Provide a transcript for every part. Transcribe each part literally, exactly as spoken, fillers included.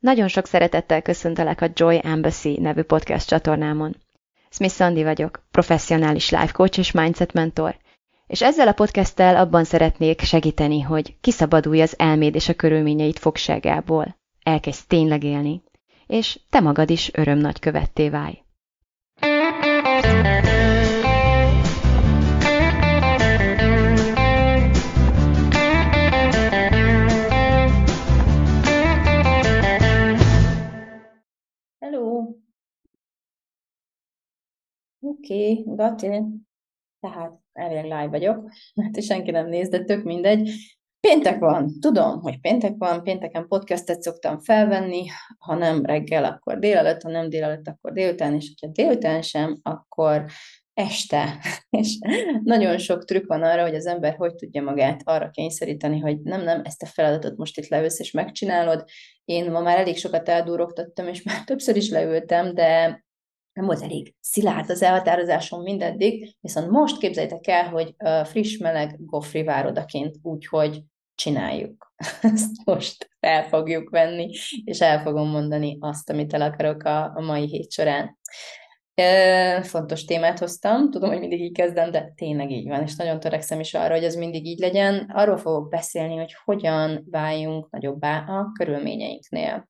Nagyon sok szeretettel köszöntelek a Joy Embassy nevű podcast csatornámon. Smith Szandi vagyok, professzionális life coach és mindset mentor, és ezzel a podcasttel abban szeretnék segíteni, hogy kiszabadulj az elméd és a körülményeid fogságából, elkezdj tényleg élni, és te magad is öröm nagykövetté válj. Hello! Oké, okay, got it. Tehát elvileg live vagyok, mert senki nem néz, de tök mindegy. Péntek van, tudom, hogy péntek van, pénteken podcastet szoktam felvenni, ha nem reggel, akkor délelőtt, ha nem délelőtt, akkor délután, és ha délután sem, akkor este. És nagyon sok trükk van arra, hogy az ember hogy tudja magát arra kényszeríteni, hogy nem, nem, ezt a feladatot most itt leülsz és megcsinálod. Én ma már elég sokat eldúrogtattam, és már többször is leültem, de nem volt elég szilárd az elhatározásom mindeddig, viszont most képzeljétek el, hogy friss, meleg gofri vár odaként, úgyhogy csináljuk. Ezt most el fogjuk venni, és el fogom mondani azt, amit el akarok a, a mai hét során. E, fontos témát hoztam, tudom, hogy mindig így kezdem, de tényleg így van, és nagyon törekszem is arra, hogy ez mindig így legyen. Arról fogok beszélni, hogy hogyan váljunk nagyobbá a körülményeinknél.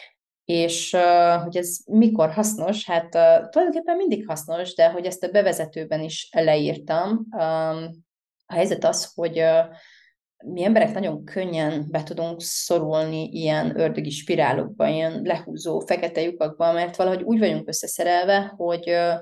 És uh, hogy ez mikor hasznos, hát uh, tulajdonképpen mindig hasznos, de hogy ezt a bevezetőben is leírtam. Um, a helyzet az, hogy uh, mi emberek nagyon könnyen be tudunk szorulni ilyen ördögi spirálokba, ilyen lehúzó fekete lyukakba, mert valahogy úgy vagyunk összeszerelve, hogy uh,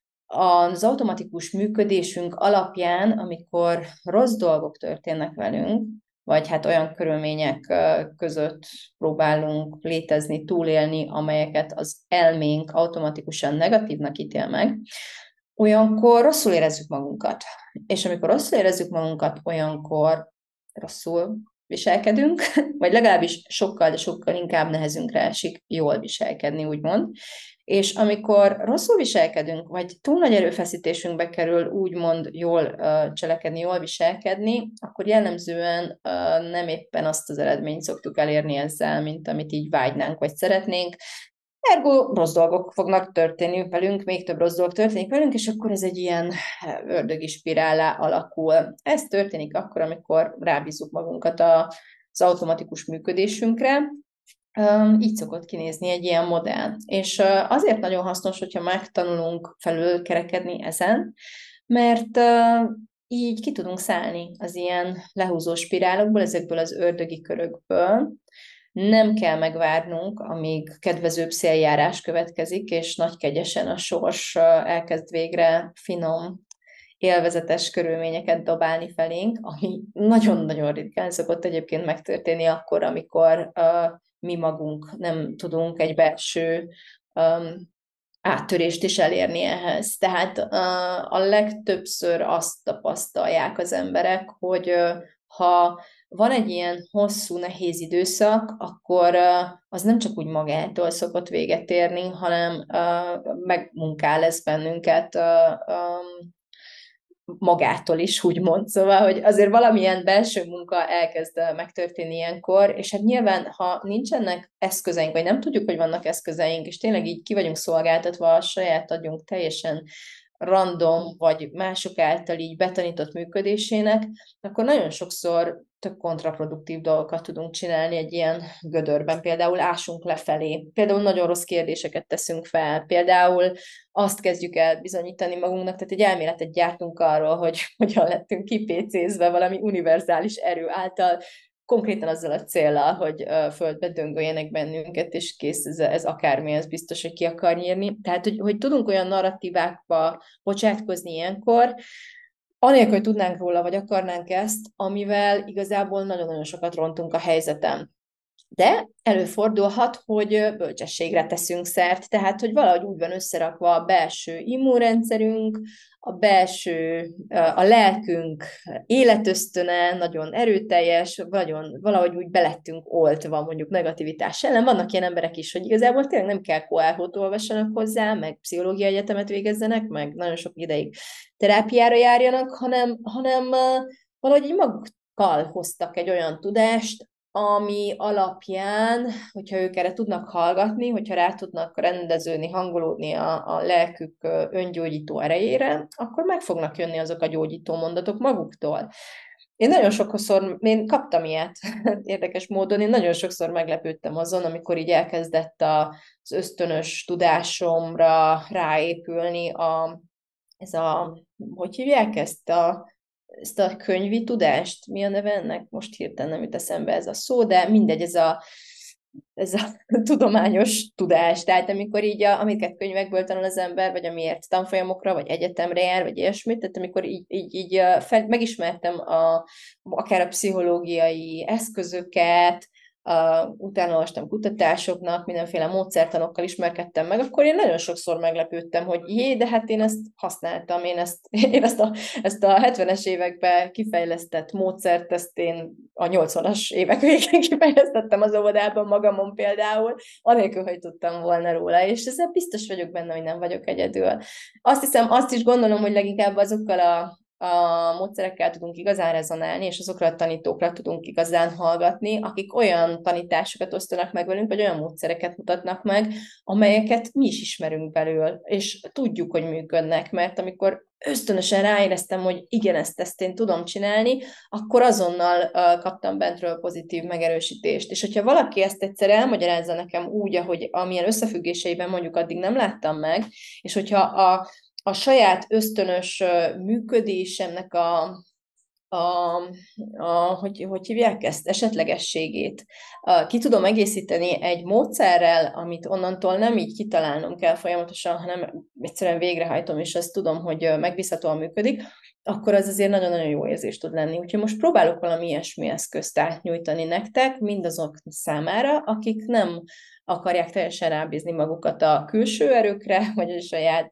az automatikus működésünk alapján, amikor rossz dolgok történnek velünk, vagy hát olyan körülmények között próbálunk létezni, túlélni, amelyeket az elménk automatikusan negatívnak ítél meg, olyankor rosszul érezzük magunkat. És amikor rosszul érezzük magunkat, olyankor rosszul viselkedünk, vagy legalábbis sokkal, de sokkal inkább nehezünkre esik jól viselkedni, úgymond. És amikor rosszul viselkedünk, vagy túl nagy erőfeszítésünkbe kerül úgymond jól uh, cselekedni, jól viselkedni, akkor jellemzően uh, nem éppen azt az eredményt szoktuk elérni ezzel, mint amit így vágynánk, vagy szeretnénk. Ergo rossz dolgok fognak történni velünk, még több rossz dolog történik velünk, és akkor ez egy ilyen ördögi spirállá alakul. Ez történik akkor, amikor rábízzuk magunkat az automatikus működésünkre. Így szokott kinézni egy ilyen modell. És azért nagyon hasznos, hogyha megtanulunk felülkerekedni ezen, mert így ki tudunk szállni az ilyen lehúzó spirálokból, ezekből az ördögi körökből. Nem kell megvárnunk, amíg kedvezőbb széljárás következik, és nagy kegyesen a sors elkezd végre finom, élvezetes körülményeket dobálni felénk, ami nagyon-nagyon ritkán szokott egyébként megtörténni akkor, amikor uh, mi magunk nem tudunk egy belső um, áttörést is elérni ehhez. Tehát uh, a legtöbbször azt tapasztalják az emberek, hogy uh, ha van egy ilyen hosszú, nehéz időszak, akkor uh, az nem csak úgy magától szokott véget érni, hanem uh, megmunkál ez bennünket uh, um, magától is, úgymond. Szóval, hogy azért valamilyen belső munka elkezd megtörténni ilyenkor, és hát nyilván, ha nincsenek eszközeink, vagy nem tudjuk, hogy vannak eszközeink, és tényleg így ki vagyunk szolgáltatva a saját agyunk teljesen random, vagy mások által így betanított működésének, akkor nagyon sokszor tök kontraproduktív dolgokat tudunk csinálni egy ilyen gödörben. Például ásunk lefelé, például nagyon rossz kérdéseket teszünk fel, például azt kezdjük el bizonyítani magunknak, tehát egy elméletet gyártunk arról, hogy hogyan lettünk kipécézve valami univerzális erő által, konkrétan azzal a céllal, hogy uh, földbe döngöljenek bennünket, és kész, ez, ez akármi, ez biztos, hogy ki akar nyírni. Tehát, hogy, hogy tudunk olyan narratívákba bocsátkozni ilyenkor, anélkül, hogy tudnánk róla, vagy akarnánk ezt, amivel igazából nagyon-nagyon sokat rontunk a helyzeten. De előfordulhat, hogy bölcsességre teszünk szert, tehát, hogy valahogy úgy van összerakva a belső immunrendszerünk, a belső, a lelkünk életösztöne nagyon erőteljes, nagyon, valahogy úgy belettünk oltva mondjuk negativitás ellen. Vannak ilyen emberek is, hogy igazából tényleg nem kell Coelho-t olvassanak hozzá, meg pszichológiai egyetemet végezzenek, meg nagyon sok ideig terápiára járjanak, hanem, hanem valahogy így magukkal hoztak egy olyan tudást, ami alapján, hogyha ők erre tudnak hallgatni, hogyha rá tudnak rendeződni, hangolódni a, a lelkük öngyógyító erejére, akkor meg fognak jönni azok a gyógyító mondatok maguktól. Én nagyon sokszor, én kaptam ilyet érdekes módon, én nagyon sokszor meglepődtem azon, amikor így elkezdett az ösztönös tudásomra ráépülni a, ez a, hogy hívják ezt a, ezt a könyvi tudást? Mi a neve ennek? Most hirtelen nem jut eszembe ez a szó, de mindegy, ez a, ez a tudományos tudás. Tehát amikor így, a, amiket könyvekből tanul az ember, vagy amiért tanfolyamokra, vagy egyetemre jár, vagy ilyesmit, tehát amikor így, így, így fel, megismertem a, akár a pszichológiai eszközöket, Uh, utána olvastam kutatásoknak, mindenféle módszertanokkal ismerkedtem meg, akkor én nagyon sokszor meglepődtem, hogy jé, de hát én ezt használtam, én ezt, én ezt, a, ezt a hetvenes években kifejlesztett módszert, ezt én a nyolcvanas évek végén kifejlesztettem az óvodában magamon például, anélkül, hogy tudtam volna róla, és ezzel biztos vagyok benne, hogy nem vagyok egyedül. Azt hiszem, azt is gondolom, hogy leginkább azokkal a a módszerekkel tudunk igazán rezonálni, és azokra a tanítókra tudunk igazán hallgatni, akik olyan tanításokat osztanak meg velünk, vagy olyan módszereket mutatnak meg, amelyeket mi is ismerünk belül, és tudjuk, hogy működnek, mert amikor ösztönösen ráéreztem, hogy igen, ezt, ezt én tudom csinálni, akkor azonnal uh, kaptam bentről pozitív megerősítést. És hogyha valaki ezt egyszer elmagyarázza nekem úgy, ahogy amilyen összefüggéseiben mondjuk addig nem láttam meg, és hogyha a a saját ösztönös működésemnek a, a, a hogy, hogy hívják ezt, esetlegességét ki tudom egészíteni egy módszerrel, amit onnantól nem így kitalálnom kell folyamatosan, hanem egyszerűen végrehajtom, és azt tudom, hogy megbízhatóan működik, akkor az azért nagyon-nagyon jó érzés tud lenni. Úgyhogy most próbálok valami ilyesmi eszközt átnyújtani nektek, mindazok számára, akik nem akarják teljesen rábízni magukat a külső erőkre, vagy a saját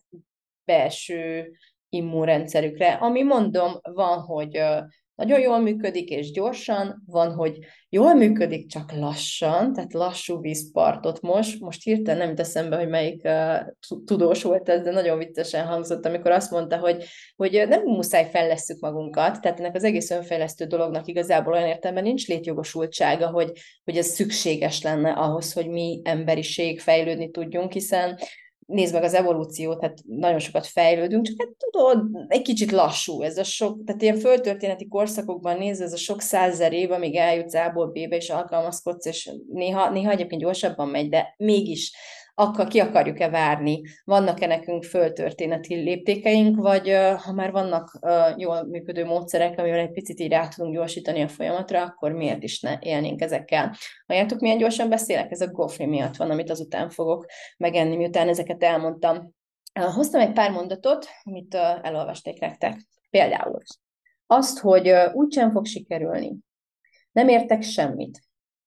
belső immunrendszerükre, ami mondom, van, hogy nagyon jól működik és gyorsan, van, hogy jól működik, csak lassan, tehát lassú vízpartot most. Most hirtelen nem jut eszembe, hogy melyik uh, tudós volt ez, de nagyon viccesen hangzott, amikor azt mondta, hogy, hogy nem muszáj fejlesszük magunkat, tehát ennek az egész önfejlesztő dolognak igazából olyan értelemben nincs létjogosultsága, hogy, hogy ez szükséges lenne ahhoz, hogy mi emberiség fejlődni tudjunk, hiszen nézd meg az evolúciót, tehát nagyon sokat fejlődünk, csak hát tudod, egy kicsit lassú ez a sok, tehát ilyen földtörténeti korszakokban nézd, ez a sok százezer év, amíg eljutsz A-ból B-be és alkalmazkodsz, és néha, néha egyébként gyorsabban megy, de mégis akkor ki akarjuk-e várni? Vannak-e nekünk földtörténeti léptékeink, vagy ha már vannak jól működő módszerek, amivel egy picit így rá tudunk gyorsítani a folyamatra, akkor miért is ne élnénk ezekkel? Halljátok, milyen gyorsan beszélek? Ez a gofri miatt van, amit azután fogok megenni, miután ezeket elmondtam. Hoztam egy pár mondatot, amit elolvasték nektek. Például azt, hogy úgysem fog sikerülni. Nem értek semmit.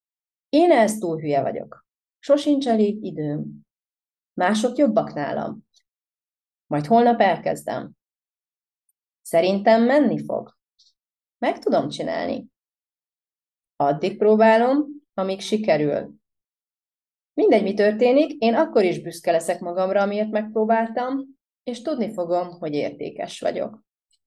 Én ehhez túl hülye vagyok. Sosincs elég időm. Mások jobbak nálam. Majd holnap elkezdem. Szerintem menni fog. Meg tudom csinálni. Addig próbálom, amíg sikerül. Mindegy, mi történik, én akkor is büszke leszek magamra, amiért megpróbáltam, és tudni fogom, hogy értékes vagyok.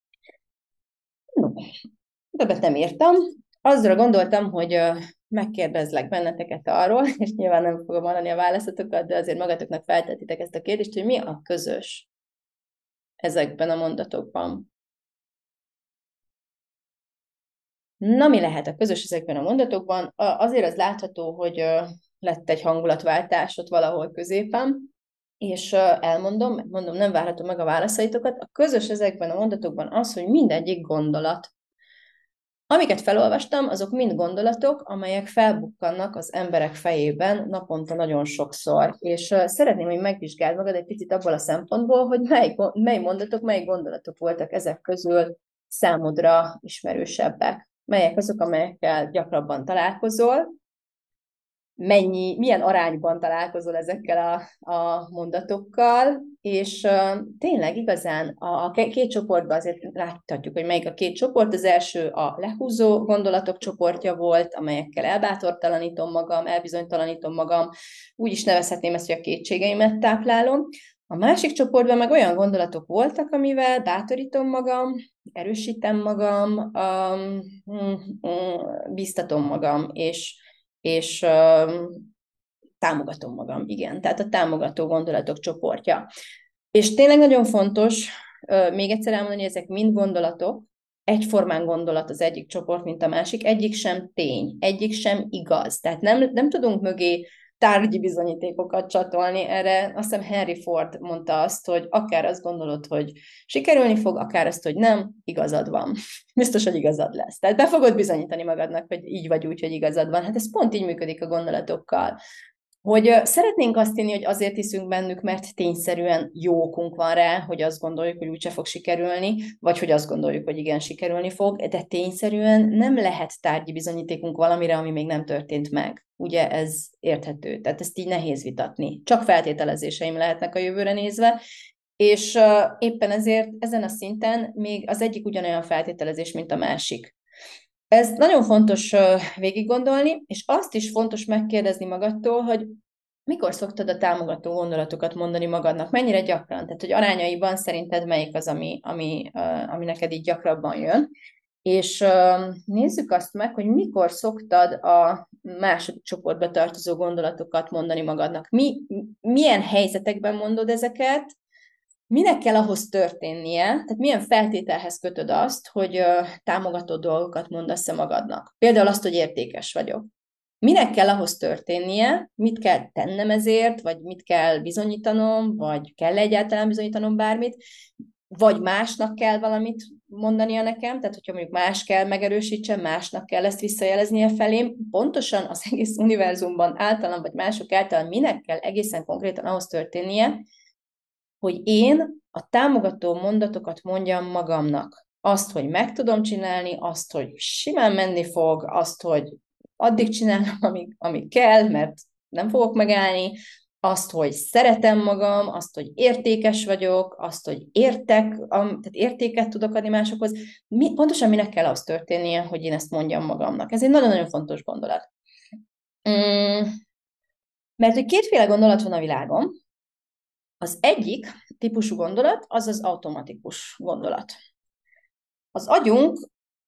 No, többet nem írtam. Azra gondoltam, hogy megkérdezlek benneteket arról, és nyilván nem fogom mondani a választotokat, de azért magatoknak feltettitek ezt a kérdést, hogy mi a közös ezekben a mondatokban. Na, mi lehet a közös ezekben a mondatokban? Azért az látható, hogy lett egy hangulatváltás ott valahol középen, és elmondom, mondom, nem várhatom meg a válaszaitokat. A közös ezekben a mondatokban az, hogy mindegyik gondolat. Amiket felolvastam, azok mind gondolatok, amelyek felbukkannak az emberek fejében naponta nagyon sokszor. És uh, szeretném, hogy megvizsgáld magad egy picit abból a szempontból, hogy mely, mely mondatok, mely gondolatok voltak ezek közül számodra ismerősebbek. Melyek azok, amelyekkel gyakrabban találkozol, mennyi, milyen arányban találkozol ezekkel a, a mondatokkal, és uh, tényleg igazán a, a két csoportban azért láthatjuk, hogy melyik a két csoport. Az első a lehúzó gondolatok csoportja volt, amelyekkel elbátortalanítom magam, elbizonytalanítom magam, úgy is nevezhetném ezt, hogy a kétségeimet táplálom. A másik csoportban meg olyan gondolatok voltak, amivel bátorítom magam, erősítem magam, um, um, um, bíztatom magam, és és uh, támogatom magam, igen. Tehát a támogató gondolatok csoportja. És tényleg nagyon fontos, uh, még egyszer elmondani, hogy ezek mind gondolatok, egyformán gondolat az egyik csoport, mint a másik, egyik sem tény, egyik sem igaz. Tehát nem, nem tudunk mögé tárgyi bizonyítékokat csatolni. Erre azt hiszem Henry Ford mondta azt, hogy akár azt gondolod, hogy sikerülni fog, akár azt, hogy nem, igazad van. Biztos, hogy igazad lesz. Tehát be fogod bizonyítani magadnak, hogy így vagy úgy, hogy igazad van. Hát ez pont így működik a gondolatokkal. Hogy szeretnénk azt hinni, hogy azért hiszünk bennük, mert tényszerűen jó okunk van rá, hogy azt gondoljuk, hogy úgyse fog sikerülni, vagy hogy azt gondoljuk, hogy igen, sikerülni fog, de tényszerűen nem lehet tárgyi bizonyítékunk valamire, ami még nem történt meg. Ugye ez érthető, tehát ezt így nehéz vitatni. Csak feltételezéseim lehetnek a jövőre nézve, és uh, éppen ezért ezen a szinten még az egyik ugyanolyan feltételezés, mint a másik. Ez nagyon fontos végig gondolni, és azt is fontos megkérdezni magadtól, hogy mikor szoktad a támogató gondolatokat mondani magadnak, mennyire gyakran, tehát hogy arányaiban szerinted melyik az, ami, ami, ami neked így gyakrabban jön. És nézzük azt meg, hogy mikor szoktad a második csoportba tartozó gondolatokat mondani magadnak. Mi, milyen helyzetekben mondod ezeket, minek kell ahhoz történnie, tehát milyen feltételhez kötöd azt, hogy uh, támogató dolgokat mondasz-e magadnak. Például azt, hogy értékes vagyok. Minek kell ahhoz történnie, mit kell tennem ezért, vagy mit kell bizonyítanom, vagy kell egyáltalán bizonyítanom bármit, vagy másnak kell valamit mondania nekem, tehát hogyha mondjuk más kell megerősítsem, másnak kell ezt visszajeleznie felém, pontosan az egész univerzumban általán, vagy mások általán minek kell egészen konkrétan ahhoz történnie, hogy én a támogató mondatokat mondjam magamnak. Azt, hogy meg tudom csinálni, azt, hogy simán menni fog, azt, hogy addig csinálom, amíg, amíg kell, mert nem fogok megállni, azt, hogy szeretem magam, azt, hogy értékes vagyok, azt, hogy értek, tehát értéket tudok adni másokhoz. Mi, pontosan minek kell az történnie, hogy én ezt mondjam magamnak. Ez egy nagyon-nagyon fontos gondolat. Mm, mert hogy kétféle gondolat van a világon. Az egyik típusú gondolat, az az automatikus gondolat. Az agyunk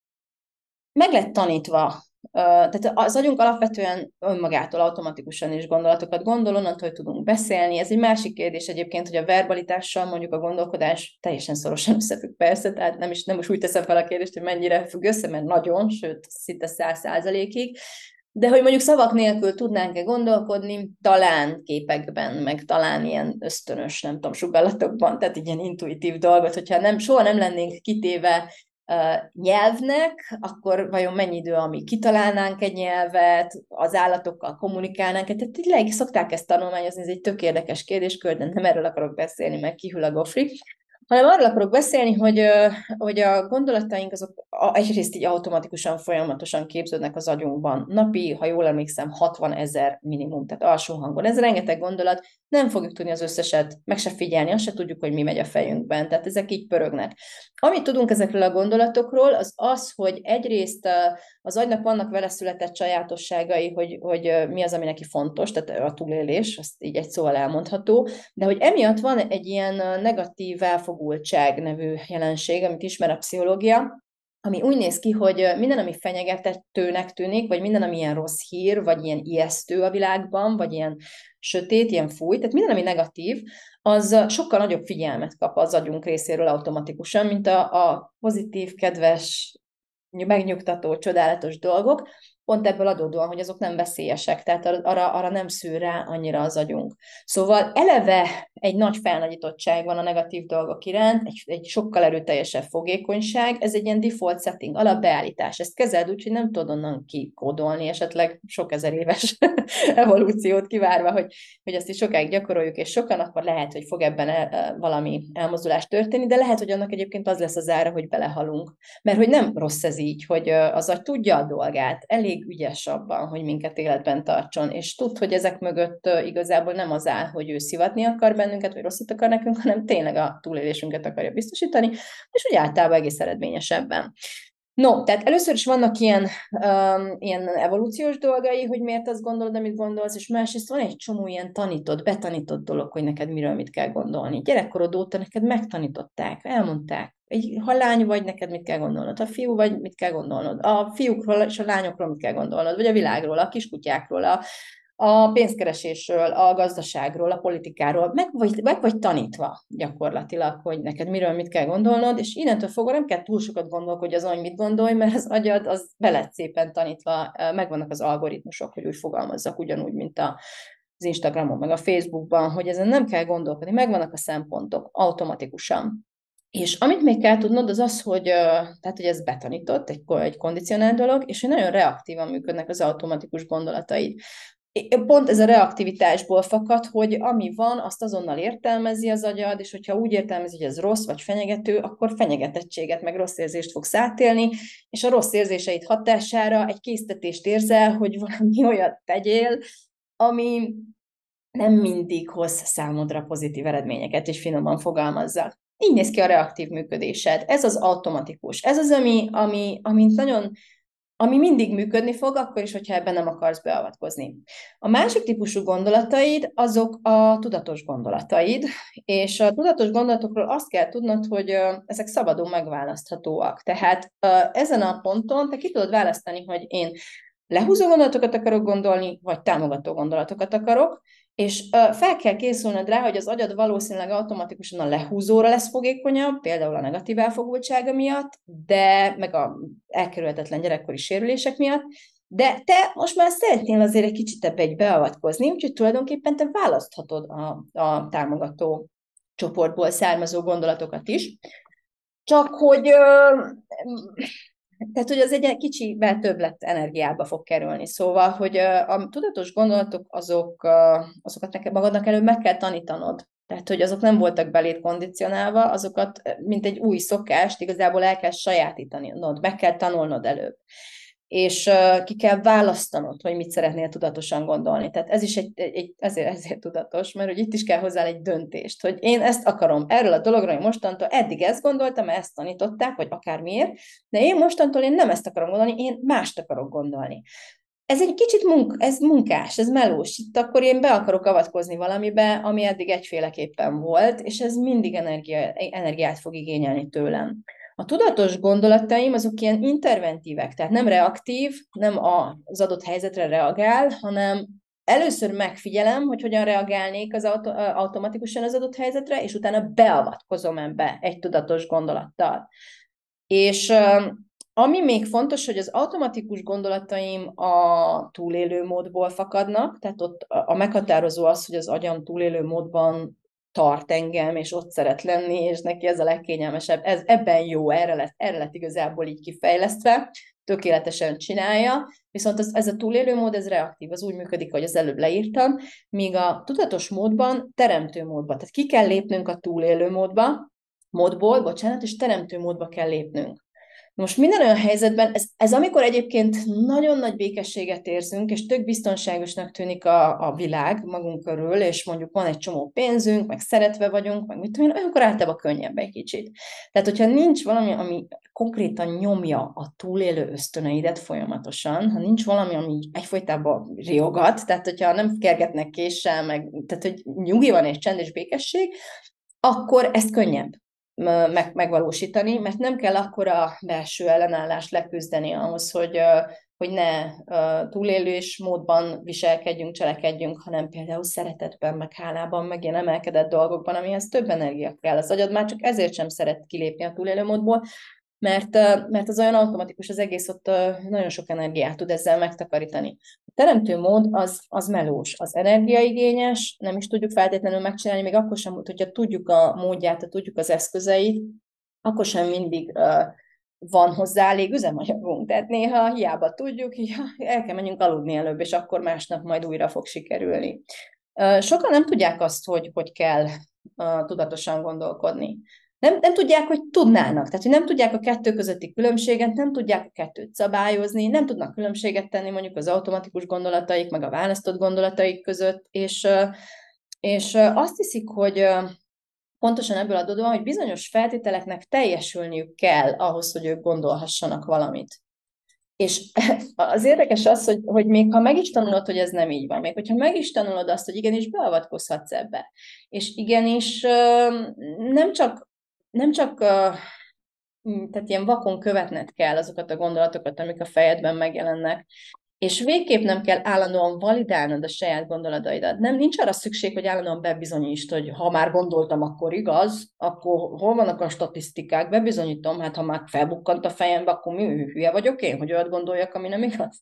meg lett tanítva, tehát az agyunk alapvetően önmagától automatikusan is gondolatokat gondol, onnantól, hogy tudunk beszélni. Ez egy másik kérdés egyébként, hogy a verbalitással mondjuk a gondolkodás teljesen szorosan összefügg persze, tehát nem is, nem is úgy teszem fel a kérdést, hogy mennyire függ össze, mert nagyon, sőt, szinte száz százalékig. De hogy mondjuk szavak nélkül tudnánk-e gondolkodni, talán képekben, meg talán ilyen ösztönös, nem tudom, sugallatokban, tehát ilyen intuitív dolgot, hogyha nem, soha nem lennénk kitéve uh, nyelvnek, akkor vajon mennyi idő, amíg kitalálnánk egy nyelvet, az állatokkal kommunikálnánk, tehát tényleg szokták ezt tanulmányozni, ez egy tök érdekes kérdéskör, de nem erről akarok beszélni, meg kihűl a gofri, hanem arról akarok beszélni, hogy, hogy a gondolataink azok egyrészt így automatikusan, folyamatosan képződnek az agyunkban. Napi, ha jól emlékszem, hatvan ezer minimum, tehát alsó hangon. Ez rengeteg gondolat, nem fogjuk tudni az összeset, meg se figyelni, azt se tudjuk, hogy mi megy a fejünkben, tehát ezek így pörögnek. Amit tudunk ezekről a gondolatokról, az az, hogy egyrészt az agynak vannak vele született sajátosságai, hogy, hogy mi az, ami neki fontos, tehát a túlélés, azt így egy szóval elmondható, de hogy emiatt van egy ilyen negatív elfogultság nevű jelenség, amit ismer a pszichológia, ami úgy néz ki, hogy minden, ami fenyegetettőnek tűnik, vagy minden, ami ilyen rossz hír, vagy ilyen ijesztő a világban, vagy ilyen sötét, ilyen fúj, tehát minden, ami negatív, az sokkal nagyobb figyelmet kap az agyunk részéről automatikusan, mint a, a pozitív, kedves, megnyugtató, csodálatos dolgok, pont ebből adódóan, hogy azok nem veszélyesek, tehát arra, arra nem szűr rá annyira az agyunk. Szóval eleve egy nagy felnagyítottság van a negatív dolgok iránt, egy, egy sokkal erőteljesebb fogékonyság, ez egy ilyen default setting, alapbeállítás. Ezt kezeld úgy, hogy nem tudod onnan kikódolni, esetleg sok ezer éves evolúciót kivárva, hogy, hogy ezt is sokáig gyakoroljuk, és sokan, akkor lehet, hogy fog ebben el, valami elmozdulás történni, de lehet, hogy annak egyébként az lesz az ára, hogy belehalunk. Mert hogy nem rossz ez így, hogy az agy tudja a dolgát, elég ügyes abban, hogy minket életben tartson, és tud, hogy ezek mögött igazából nem az áll, hogy ő szivatni akar bennünket, vagy rosszat akar nekünk, hanem tényleg a túlélésünket akarja biztosítani, és úgy általában egész eredményesebben. No, tehát először is vannak ilyen, um, ilyen evolúciós dolgai, hogy miért azt gondolod, amit gondolsz, és másrészt van egy csomó ilyen tanított, betanított dolog, hogy neked miről mit kell gondolni. Gyerekkorod óta neked megtanították, elmondták, ha lány vagy, neked mit kell gondolnod, ha fiú vagy, mit kell gondolnod, a fiúkról és a lányokról mit kell gondolnod, vagy a világról, a kiskutyákról, a, a pénzkeresésről, a gazdaságról, a politikáról, meg vagy, meg vagy tanítva gyakorlatilag, hogy neked miről mit kell gondolnod, és innentől fogva nem kell túl sokat gondolkodni azon, hogy mit gondolj, mert az agyad az be lett szépen tanítva, megvannak az algoritmusok, hogy úgy fogalmazzak, ugyanúgy, mint a az Instagramon, meg a Facebookban, hogy ezen nem kell gondolkodni, megvannak a szempontok automatikusan. És amit még kell tudnod, az az, hogy, tehát, hogy ez betanított, egy, egy kondicionált dolog, és hogy nagyon reaktívan működnek az automatikus gondolataid. Pont ez a reaktivitásból fakad, hogy ami van, azt azonnal értelmezi az agyad, és hogyha úgy értelmezi, hogy ez rossz vagy fenyegető, akkor fenyegetettséget, meg rossz érzést fogsz átélni, és a rossz érzéseid hatására egy késztetést érzel, hogy valami olyat tegyél, ami nem mindig hoz számodra pozitív eredményeket, és finoman fogalmazzak. Így néz ki a reaktív működésed. Ez az automatikus. Ez az, ami, ami, ami nagyon, ami mindig működni fog, akkor is, hogyha ebben nem akarsz beavatkozni. A másik típusú gondolataid, azok a tudatos gondolataid, és a tudatos gondolatokról azt kell tudnod, hogy ezek szabadon megválaszthatóak. Tehát ezen a ponton te ki tudod választani, hogy én lehúzó gondolatokat akarok gondolni, vagy támogató gondolatokat akarok, és fel kell készülnöd rá, hogy az agyad valószínűleg automatikusan a lehúzóra lesz fogékonyabb, például a negatív elfogultsága miatt, de meg a elkerülhetetlen gyerekkori sérülések miatt, de te most már szeretnél azért egy kicsit ebbe egy beavatkozni, úgyhogy tulajdonképpen te választhatod a, a támogató csoportból származó gondolatokat is. Csak hogy... Tehát, hogy az egy kicsivel többlet energiába fog kerülni. Szóval, hogy a tudatos gondolatok, azok, azokat neked magadnak előbb meg kell tanítanod. Tehát, hogy azok nem voltak beléd kondicionálva, azokat, mint egy új szokást, igazából el kell sajátítanod, meg kell tanulnod előbb. És uh, ki kell választanod, hogy mit szeretnél tudatosan gondolni. Tehát ez is egy, egy, ezért, ezért tudatos, mert hogy itt is kell hozzá egy döntést, hogy én ezt akarom, erről a dologra, hogy mostantól eddig ezt gondoltam, ezt tanították, vagy akármiért, de én mostantól én nem ezt akarom gondolni, én mást akarok gondolni. Ez egy kicsit munk, ez munkás, ez melós. Itt akkor én be akarok avatkozni valamibe, ami eddig egyféleképpen volt, és ez mindig energia, energiát fog igényelni tőlem. A tudatos gondolataim azok ilyen interventívek, tehát nem reaktív, nem az adott helyzetre reagál, hanem először megfigyelem, hogy hogyan reagálnék az auto, automatikusan az adott helyzetre, és utána beavatkozom ebbe egy tudatos gondolattal. És ami még fontos, hogy az automatikus gondolataim a túlélő módból fakadnak, tehát ott a meghatározó az, hogy az agyam túlélő módban tart engem, és ott szeret lenni, és neki ez a legkényelmesebb. Ez, ebben jó, erre lett, erre lett igazából így kifejlesztve, tökéletesen csinálja, viszont az, ez a túlélő mód, ez reaktív, az úgy működik, ahogy az előbb leírtam, míg a tudatos módban teremtő módban. Tehát ki kell lépnünk a túlélő módba, módból, bocsánat, és teremtő módba kell lépnünk. Most minden olyan helyzetben, ez, ez amikor egyébként nagyon nagy békességet érzünk, és tök biztonságosnak tűnik a, a világ magunk körül, és mondjuk van egy csomó pénzünk, meg szeretve vagyunk, meg mit tudom én, olyankor általában könnyebb egy kicsit. Tehát, hogyha nincs valami, ami konkrétan nyomja a túlélő ösztöneidet folyamatosan, ha nincs valami, ami egyfolytában riogat, tehát, hogyha nem kergetnek késsel, meg, tehát, hogy nyugi van és csend és békesség, akkor ezt könnyebb Meg, megvalósítani, mert nem kell akkora belső ellenállást leküzdeni ahhoz, hogy, hogy ne túlélős módban viselkedjünk, cselekedjünk, hanem például szeretetben, meg hálában, meg ilyen emelkedett dolgokban, amihez több energia kell. Az agyad már csak ezért sem szeret kilépni a túlélő módból, mert, mert az olyan automatikus, az egész ott nagyon sok energiát tud ezzel megtakarítani. A teremtő mód az, az melós, az energiaigényes, nem is tudjuk feltétlenül megcsinálni, még akkor sem, hogyha tudjuk a módját, tudjuk az eszközeit, akkor sem mindig uh, van hozzá elég üzemanyagunk. Tehát néha hiába tudjuk, hogy el kell menjünk aludni előbb, és akkor másnap majd újra fog sikerülni. Uh, sokan nem tudják azt, hogy hogy kell uh, tudatosan gondolkodni. Nem, nem tudják, hogy tudnának. Tehát, hogy nem tudják a kettő közötti különbséget, nem tudják a kettőt szabályozni, nem tudnak különbséget tenni mondjuk az automatikus gondolataik, meg a választott gondolataik között, és, és azt hiszik, hogy pontosan ebből adódóan, hogy bizonyos feltételeknek teljesülniük kell ahhoz, hogy ők gondolhassanak valamit. És az érdekes az, hogy, hogy még ha meg is tanulod, hogy ez nem így van, még hogyha meg is tanulod azt, hogy igenis beavatkozhatsz ebbe, és igenis nem csak Nem csak tehát ilyen vakon követned kell azokat a gondolatokat, amik a fejedben megjelennek, és végképp nem kell állandóan validálnod a saját gondolataidat. Nem, nincs arra szükség, hogy állandóan bebizonyítsd, hogy ha már gondoltam, akkor igaz, akkor hol vannak a statisztikák, bebizonyítom, hát ha már felbukkant a fejembe, akkor mi hülye vagyok én, hogy olyat gondoljak, ami nem igaz.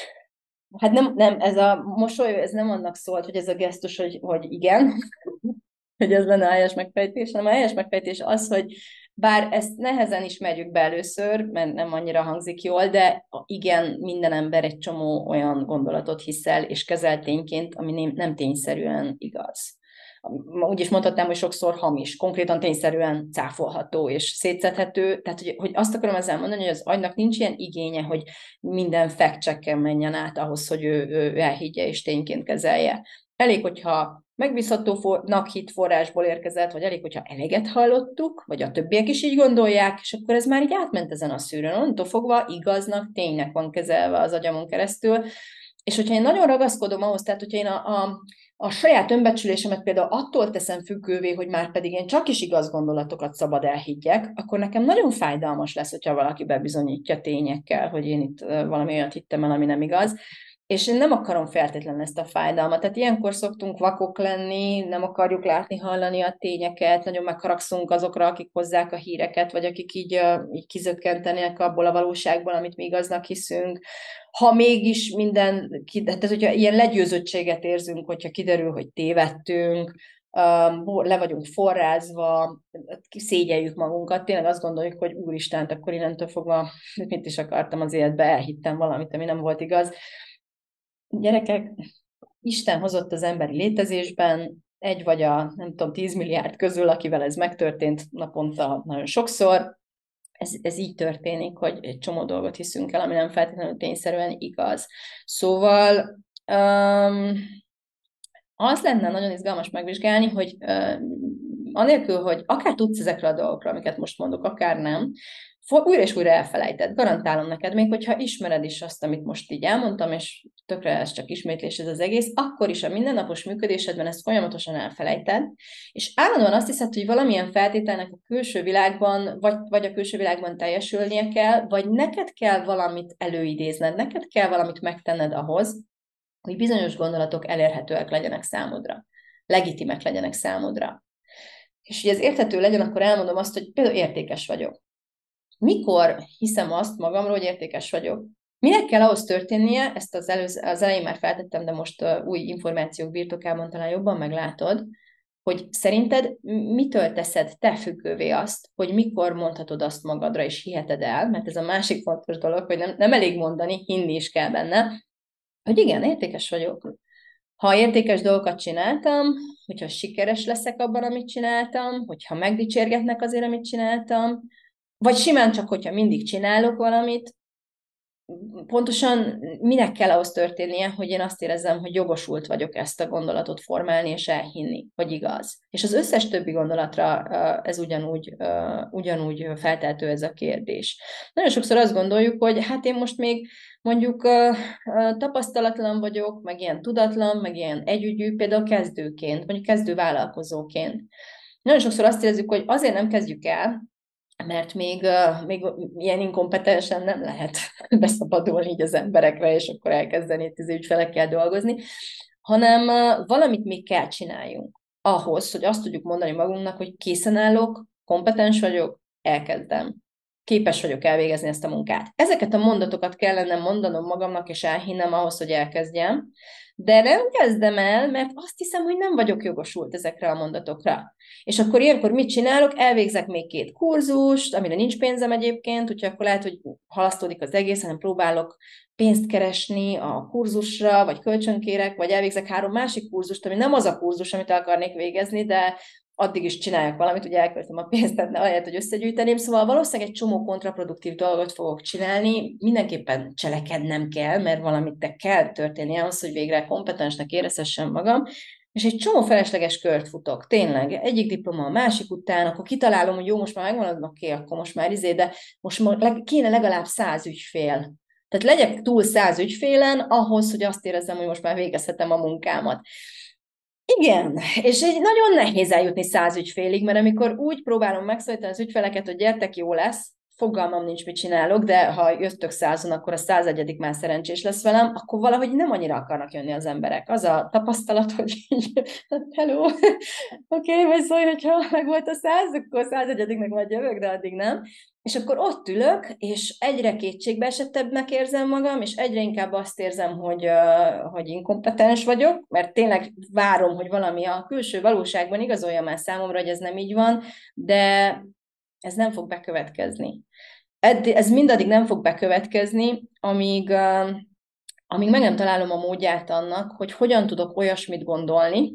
Hát nem, nem, ez a mosoly, ez nem annak szólt, hogy ez a gesztus, hogy, hogy igen, hogy ez lenne a helyes megfejtés, hanem a helyes megfejtés az, hogy bár ezt nehezen ismerjük be először, mert nem annyira hangzik jól, de igen, minden ember egy csomó olyan gondolatot hiszel, és kezel tényként, ami nem tényszerűen igaz. Úgy is mondhatnám, hogy sokszor hamis, konkrétan tényszerűen cáfolható és szétszedhető. Tehát, hogy, hogy azt akarom ezzel mondani, hogy az agynak nincs ilyen igénye, hogy minden fact-checken menjen át ahhoz, hogy ő, ő elhiggye és tényként kezelje. Elég, hogyha megbízhatónak hit forrásból érkezett, vagy elég, hogyha eleget hallottuk, vagy a többiek is így gondolják, és akkor ez már így átment ezen a szűrőn, onnantól fogva igaznak, ténynek van kezelve az agyamon keresztül, és hogyha én nagyon ragaszkodom ahhoz, tehát hogyha én a, a, a saját önbecsülésemet például attól teszem függővé, hogy már pedig én csak is igaz gondolatokat szabad elhiggyek, akkor nekem nagyon fájdalmas lesz, hogyha valaki bebizonyítja tényekkel, hogy én itt valami olyat hittem el, ami nem igaz. És én nem akarom feltétlenül ezt a fájdalmat. Tehát ilyenkor szoktunk vakok lenni, nem akarjuk látni, hallani a tényeket, nagyon megharagszunk azokra, akik hozzák a híreket, vagy akik így, így kizökkentenek abból a valóságból, amit mi igaznak hiszünk. Ha mégis minden, tehát hogyha ilyen legyőzöttséget érzünk, hogyha kiderül, hogy tévedtünk, le vagyunk forrázva, szégyeljük magunkat, tényleg azt gondoljuk, hogy úristen, akkor innentől fogva mit is akartam az életbe, elhittem valamit, ami nem volt igaz. Gyerekek, Isten hozott az emberi létezésben, egy vagy a, nem tudom, tíz milliárd közül, akivel ez megtörtént naponta nagyon sokszor. Ez, ez így történik, hogy egy csomó dolgot hiszünk el, ami nem feltétlenül tényszerűen igaz. Szóval um, az lenne nagyon izgalmas megvizsgálni, hogy uh, anélkül, hogy akár tudsz ezekre a dolgokra, amiket most mondok, akár nem, újra és újra elfelejted. Garantálom neked, még hogyha ismered is azt, amit most így elmondtam, és tökre ez csak ismétlés ez az egész, akkor is a mindennapos működésedben ezt folyamatosan elfelejted, és állandóan azt hiszed, hogy valamilyen feltételnek a külső világban, vagy, vagy a külső világban teljesülnie kell, vagy neked kell valamit előidézned, neked kell valamit megtenned ahhoz, hogy bizonyos gondolatok elérhetőek legyenek számodra, legitimek legyenek számodra. És hogy ez érthető legyen, akkor elmondom azt, hogy például értékes vagyok. Mikor hiszem azt magamról, hogy értékes vagyok? Minek kell ahhoz történnie, ezt az, előz, az elején már feltettem, de most uh, új információk birtokában talán jobban meglátod, hogy szerinted mitől teszed te függővé azt, hogy mikor mondhatod azt magadra, és hiheted el, mert ez a másik fontos dolog, hogy nem, nem elég mondani, hinni is kell benne, hogy igen, értékes vagyok. Ha értékes dolgokat csináltam, hogyha sikeres leszek abban, amit csináltam, hogyha megdicsérgetnek azért, amit csináltam, vagy simán csak, hogyha mindig csinálok valamit, pontosan minek kell ahhoz történnie, hogy én azt érezzem, hogy jogosult vagyok ezt a gondolatot formálni és elhinni, hogy igaz. És az összes többi gondolatra ez ugyanúgy, ugyanúgy feltehető ez a kérdés. Nagyon sokszor azt gondoljuk, hogy hát én most még mondjuk tapasztalatlan vagyok, meg ilyen tudatlan, meg ilyen együgyű, például kezdőként, mondjuk kezdő vállalkozóként. Nagyon sokszor azt érezzük, hogy azért nem kezdjük el, mert még, uh, még ilyen inkompetensen nem lehet beszabadulni így az emberekre, és akkor elkezdeni itt az ügyfelekkel dolgozni, hanem uh, valamit még kell csináljunk ahhoz, hogy azt tudjuk mondani magunknak, hogy készen állok, kompetens vagyok, elkezdem. Képes vagyok elvégezni ezt a munkát. Ezeket a mondatokat kellene mondanom magamnak, és elhinnem ahhoz, hogy elkezdjem, de nem kezdem el, mert azt hiszem, hogy nem vagyok jogosult ezekre a mondatokra. És akkor ilyenkor mit csinálok? Elvégzek még két kurzust, amire nincs pénzem egyébként, úgyhogy akkor lehet, hogy halasztódik az egész, hanem próbálok pénzt keresni a kurzusra, vagy kölcsönkérek, vagy elvégzek három másik kurzust, ami nem az a kurzus, amit el akarnék végezni, de addig is csináljak valamit, ugye elköltöm a pénzt, tehát ahelyett, hogy összegyűjteném. Szóval valószínűleg egy csomó kontraproduktív dolgot fogok csinálni, mindenképpen cselekednem kell, mert valamit kell történni ahhoz, hogy végre kompetensnek érezhessem magam, és egy csomó felesleges kört futok, tényleg, egyik diploma a másik után, akkor kitalálom, hogy jó, most már megvan, oké, akkor most már izé, de most már kéne legalább száz ügyfél. Tehát legyek túl száz ügyfélen ahhoz, hogy azt érezzem, hogy most már végezhetem a munkámat. Igen, és egy nagyon nehéz eljutni száz ügyfélig, mert amikor úgy próbálom megszólítani az ügyfeleket, hogy gyertek, jó lesz, fogalmam nincs, mit csinálok, de ha jöttök százon, akkor a százegyedik már szerencsés lesz velem, akkor valahogy nem annyira akarnak jönni az emberek. Az a tapasztalat, hogy így, hello, oké, okay, vagy szólj, hogyha meg volt a száz, akkor százegyediknek majd jövök, de addig nem. És akkor ott ülök, és egyre kétségbeesettebbnek érzem magam, és egyre inkább azt érzem, hogy, uh, hogy inkompetens vagyok, mert tényleg várom, hogy valami a külső valóságban igazolja már számomra, hogy ez nem így van, de ez nem fog bekövetkezni. Ez mindaddig nem fog bekövetkezni, amíg, uh, amíg meg nem találom a módját annak, hogy hogyan tudok olyasmit gondolni,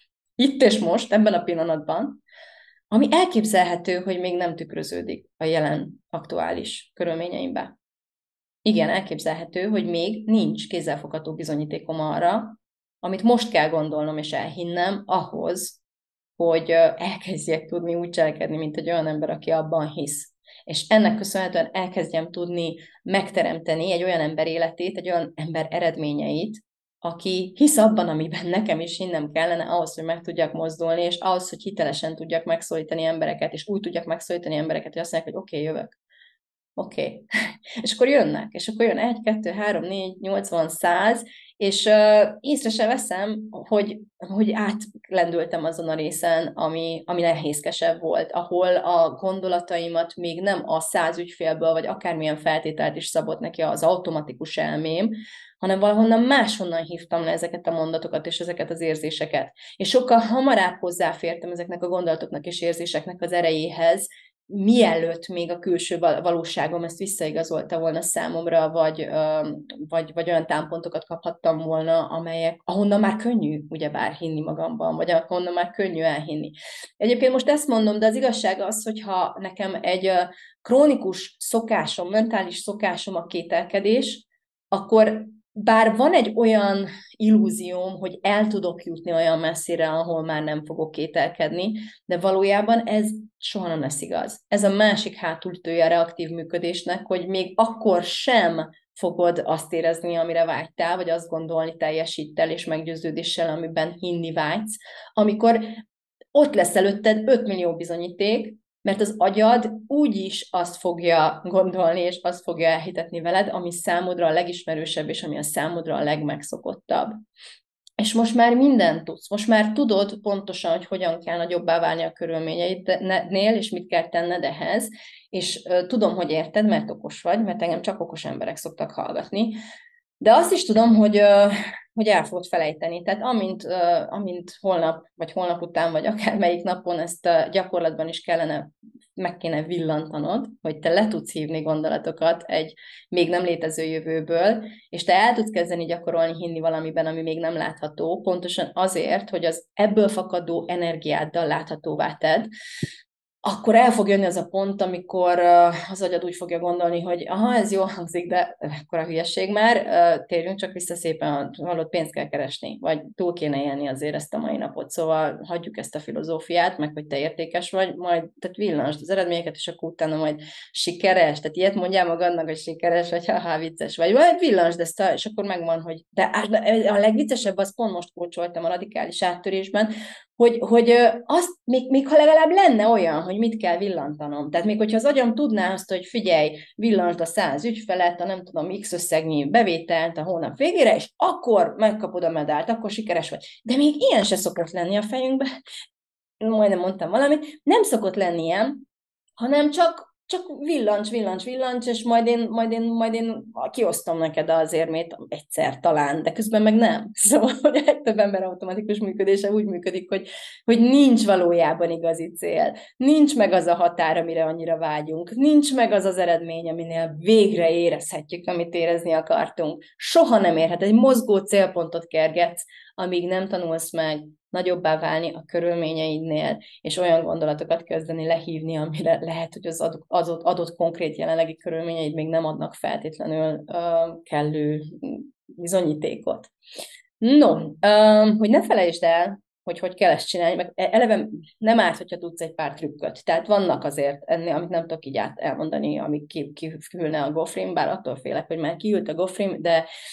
itt és most, ebben a pillanatban, ami elképzelhető, hogy még nem tükröződik a jelen aktuális körülményeimben. Igen, elképzelhető, hogy még nincs kézzelfogható bizonyítékom arra, amit most kell gondolnom és elhinnem ahhoz, hogy elkezdjek tudni úgy cselekedni, mint egy olyan ember, aki abban hisz. És ennek köszönhetően elkezdjem tudni megteremteni egy olyan ember életét, egy olyan ember eredményeit, aki hisz abban, amiben nekem is hinnem kellene ahhoz, hogy meg tudjak mozdulni, és ahhoz, hogy hitelesen tudjak megszólítani embereket, és úgy tudjak megszólítani embereket, hogy azt mondják, hogy oké, okay, jövök. Oké. Okay. És akkor jönnek, és akkor jön egy, kettő, három, négy, nyolcvan, száz, és uh, észre sem veszem, hogy, hogy átlendültem azon a részen, ami, ami nehézkesebb volt, ahol a gondolataimat még nem a száz ügyfélből, vagy akármilyen feltételt is szabott neki az automatikus elmém, hanem valahonnan máshonnan hívtam le ezeket a mondatokat és ezeket az érzéseket. És sokkal hamarabb hozzáfértem ezeknek a gondolatoknak és érzéseknek az erejéhez, mielőtt még a külső valóságom ezt visszaigazolta volna számomra, vagy, vagy, vagy olyan támpontokat kaphattam volna, amelyek, ahonnan már könnyű ugyebár hinni magamban, vagy ahonnan már könnyű elhinni. Egyébként most ezt mondom, de az igazság az, hogyha nekem egy krónikus szokásom, mentális szokásom a kételkedés, akkor bár van egy olyan illúzióm, hogy el tudok jutni olyan messzire, ahol már nem fogok kételkedni, de valójában ez soha nem lesz igaz. Ez a másik hátulütője a reaktív működésnek, hogy még akkor sem fogod azt érezni, amire vágytál, vagy azt gondolni teljesíttel és meggyőződéssel, amiben hinni vágysz, amikor ott lesz előtted öt millió bizonyíték, mert az agyad úgyis azt fogja gondolni, és azt fogja elhitetni veled, ami számodra a legismerősebb, és ami a számodra a legmegszokottabb. És most már mindent tudsz. Most már tudod pontosan, hogy hogyan kell nagyobbá válni a körülményeidnél, és mit kell tenned ehhez. És uh, tudom, hogy érted, mert okos vagy, mert engem csak okos emberek szoktak hallgatni. De azt is tudom, hogy, uh, hogy el fogod felejteni. Tehát amint, uh, amint holnap, vagy holnap után, vagy akármelyik napon ezt uh, gyakorlatban is kellene, meg kéne villantanod, hogy te le tudsz hívni gondolatokat egy még nem létező jövőből, és te el tudsz kezdeni gyakorolni, hinni valamiben, ami még nem látható, pontosan azért, hogy az ebből fakadó energiáddal láthatóvá tedd, akkor el fog jönni az a pont, amikor az agyad úgy fogja gondolni, hogy aha, ez jól hangzik, de ekkora hülyeség már, térjünk csak vissza szépen, valót pénzt kell keresni, vagy túl kéne élni azért ezt a mai napot, szóval hagyjuk ezt a filozófiát, meg hogy te értékes vagy, majd tehát villansd az eredményeket, és akkor utána majd sikeres, tehát ilyet mondjál magadnak, hogy sikeres, vagy ha vicces vagy, vagy villansd ezt, a, és akkor megvan, hogy de a legviccesebb, az pont most kócsoltam a radikális áttörésben, hogy, hogy azt, még, még ha legalább lenne olyan, hogy mit kell villantanom. Tehát még hogyha az agyam tudná azt, hogy figyelj, villant a száz ügyfelet, a nem tudom, x összegnyi bevételt a hónap végére, és akkor megkapod a medált, akkor sikeres vagy. De még ilyen se szokott lenni a fejünkben. Majdnem mondtam valamit. Nem szokott lenni ilyen, hanem csak csak villancs, villancs, villancs, és majd én, majd én, majd én kiosztom neked az érmét egyszer talán, de közben meg nem. Szóval, hogy a legtöbb ember automatikus működése úgy működik, hogy, hogy nincs valójában igazi cél, nincs meg az a határ, amire annyira vágyunk, nincs meg az az eredmény, aminél végre érezhetjük, amit érezni akartunk. Soha nem érhet, egy mozgó célpontot kergetsz, amíg nem tanulsz meg nagyobbá válni a körülményeidnél, és olyan gondolatokat kezdeni lehívni, amire lehet, hogy az adott, adott, adott konkrét jelenlegi körülményeid még nem adnak feltétlenül uh, kellő bizonyítékot. No, um, hogy ne felejtsd el, hogy hogy kell ezt csinálni, meg eleve nem árt, hogyha tudsz egy pár trükköt. Tehát vannak azért ennél, amit nem tudok így át elmondani, amik kihűlne a gofrim, bár attól félek, hogy már kiült a gofrim, de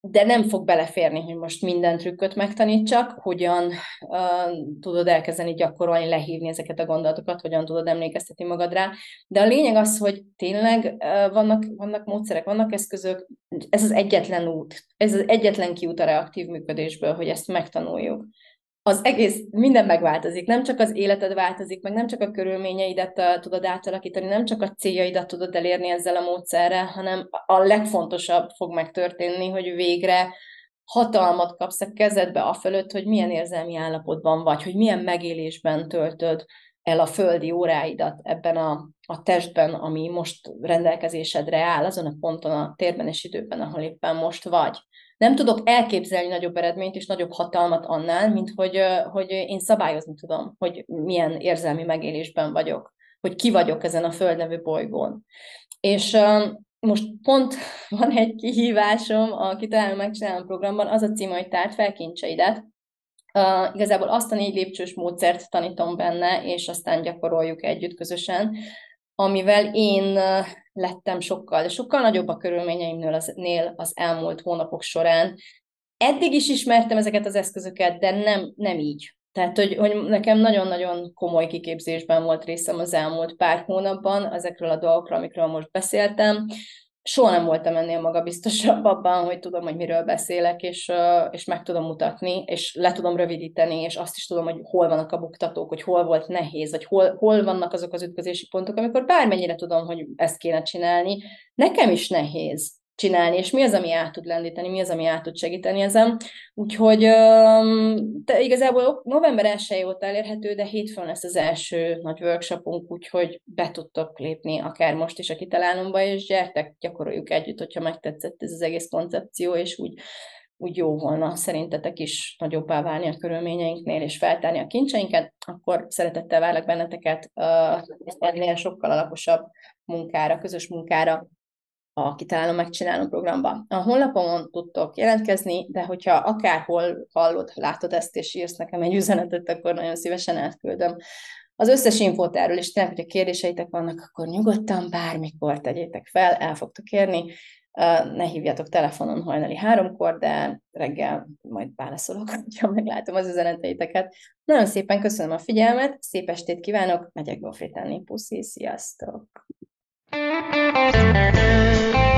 de nem fog beleférni, hogy most minden trükköt megtanítsak, hogyan uh, tudod elkezdeni gyakorolni, lehívni ezeket a gondolatokat, hogyan tudod emlékeztetni magad rá. De a lényeg az, hogy tényleg uh, vannak, vannak módszerek, vannak eszközök, ez az egyetlen út, ez az egyetlen kiút a reaktív működésből, hogy ezt megtanuljuk. Az egész, minden megváltozik, nem csak az életed változik, meg nem csak a körülményeidet uh, tudod átalakítani, nem csak a céljaidat tudod elérni ezzel a módszerrel, hanem a legfontosabb fog megtörténni, hogy végre hatalmat kapsz a kezedbe afölött, hogy milyen érzelmi állapotban vagy, hogy milyen megélésben töltöd el a földi óráidat ebben a, a testben, ami most rendelkezésedre áll, azon a ponton, a térben és időben, ahol éppen most vagy. Nem tudok elképzelni nagyobb eredményt és nagyobb hatalmat annál, mint hogy, hogy én szabályozni tudom, hogy milyen érzelmi megélésben vagyok, hogy ki vagyok ezen a földnevű bolygón. És uh, most pont van egy kihívásom a Kitalálom, Megcsinálom programban, az a cím, hogy tárt fel kincseidet. Uh, igazából azt a négy lépcsős módszert tanítom benne, és aztán gyakoroljuk együtt közösen, amivel én lettem sokkal, de sokkal nagyobb a körülményeimnél az, az elmúlt hónapok során. Eddig is ismertem ezeket az eszközöket, de nem, nem így. Tehát, hogy, hogy nekem nagyon-nagyon komoly kiképzésben volt részem az elmúlt pár hónapban ezekről a dolgokról, amikről most beszéltem. Soha nem voltam ennél magabiztosabb abban, hogy tudom, hogy miről beszélek, és, és meg tudom mutatni, és le tudom rövidíteni, és azt is tudom, hogy hol vannak a buktatók, hogy hol volt nehéz, vagy hol, hol vannak azok az ütközési pontok, amikor bármennyire tudom, hogy ezt kéne csinálni, nekem is nehéz csinálni, és mi az, ami át tud lendíteni, mi az, ami át tud segíteni ezen. Úgyhogy de igazából november elseje óta elérhető, de hétfőn lesz az első nagy workshopunk, úgyhogy be tudtok lépni akár most is a Kitalálomba, és gyertek, gyakoroljuk együtt, hogyha megtetszett ez az egész koncepció, és úgy, úgy jó volna szerintetek is nagyobbá válni a körülményeinknél, és feltárni a kincseinket, akkor szeretettel várlak benneteket uh, ennél sokkal alaposabb munkára, közös munkára, a Kitalálom, Megcsinálom programba. A honlapomon tudtok jelentkezni, de hogyha akárhol hallod, látod ezt, és írsz nekem egy üzenetet, akkor nagyon szívesen átküldöm az összes infót erről, és tényleg, hogyha kérdéseitek vannak, akkor nyugodtan bármikor tegyétek fel, el fogtok érni. Ne hívjatok telefonon hajnali háromkor, de reggel majd válaszolok, ha meglátom az üzeneteiteket. Nagyon szépen köszönöm a figyelmet, szép estét kívánok, megyek golfét enni, puszi, sziasztok! Thank you.